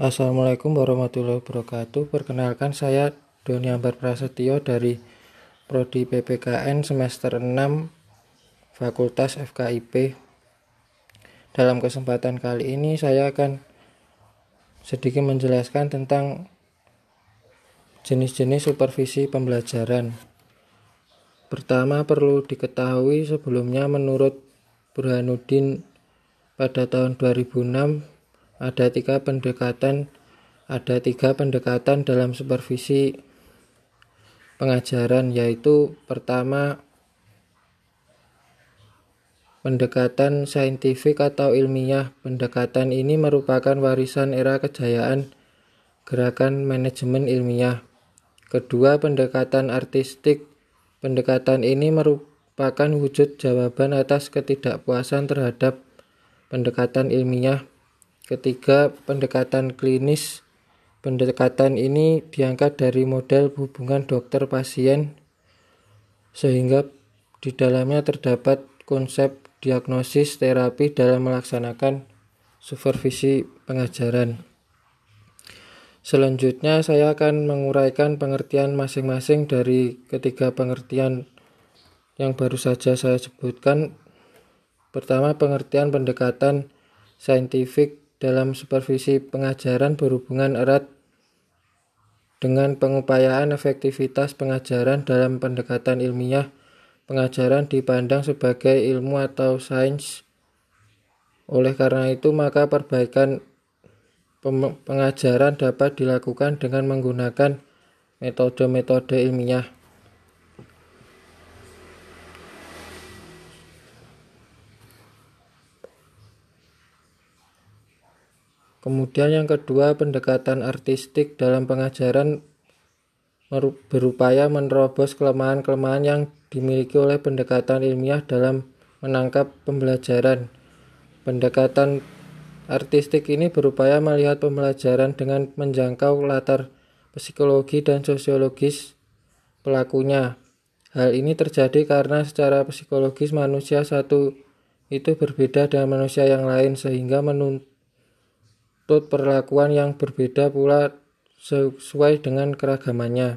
Assalamualaikum warahmatullahi wabarakatuh. Perkenalkan, saya Doni Ambar Prasetyo dari Prodi PPKN semester 6 Fakultas FKIP. Dalam kesempatan kali ini saya akan sedikit menjelaskan tentang jenis-jenis supervisi pembelajaran. Pertama, perlu diketahui sebelumnya menurut Burhanuddin pada tahun 2006 ada tiga pendekatan dalam supervisi pengajaran, yaitu pertama, pendekatan saintifik atau ilmiah. Pendekatan ini merupakan warisan era kejayaan gerakan manajemen ilmiah. Kedua, pendekatan artistik. Pendekatan ini merupakan wujud jawaban atas ketidakpuasan terhadap pendekatan ilmiah. Ketiga, pendekatan klinis. Pendekatan ini diangkat dari model hubungan dokter-pasien, sehingga di dalamnya terdapat konsep diagnosis terapi dalam melaksanakan supervisi pengajaran. Selanjutnya saya akan menguraikan pengertian masing-masing dari ketiga pengertian yang baru saja saya sebutkan. Pertama, pengertian pendekatan saintifik dalam supervisi pengajaran berhubungan erat dengan pengupayaan efektivitas pengajaran. Dalam pendekatan ilmiah, pengajaran dipandang sebagai ilmu atau sains. Oleh karena itu, maka perbaikan pengajaran dapat dilakukan dengan menggunakan metode-metode ilmiah. Kemudian yang kedua, pendekatan artistik dalam pengajaran berupaya menerobos kelemahan-kelemahan yang dimiliki oleh pendekatan ilmiah dalam menangkap pembelajaran. Pendekatan artistik ini berupaya melihat pembelajaran dengan menjangkau latar psikologi dan sosiologis pelakunya. Hal ini terjadi karena secara psikologis manusia satu itu berbeda dengan manusia yang lain, sehingga menuntut perlakuan yang berbeda pula sesuai dengan keragamannya.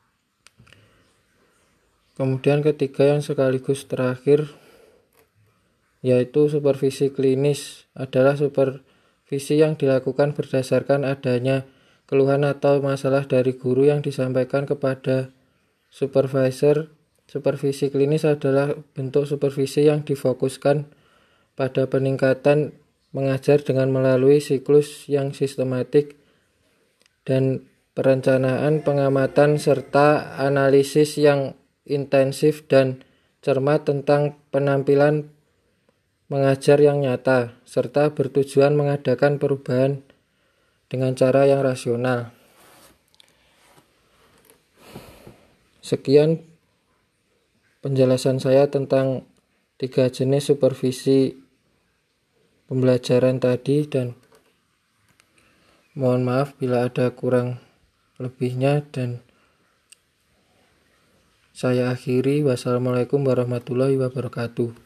Kemudian ketiga yang sekaligus terakhir, yaitu supervisi klinis, adalah supervisi yang dilakukan berdasarkan adanya keluhan atau masalah dari guru yang disampaikan kepada supervisor. Supervisi klinis adalah bentuk supervisi yang difokuskan pada peningkatan mengajar dengan melalui siklus yang sistematik dan perencanaan, pengamatan, serta analisis yang intensif dan cermat tentang penampilan mengajar yang nyata, serta bertujuan mengadakan perubahan dengan cara yang rasional. Sekian penjelasan saya tentang tiga jenis supervisi pembelajaran tadi, dan mohon maaf bila ada kurang lebihnya, dan saya akhiri. Wassalamualaikum warahmatullahi wabarakatuh.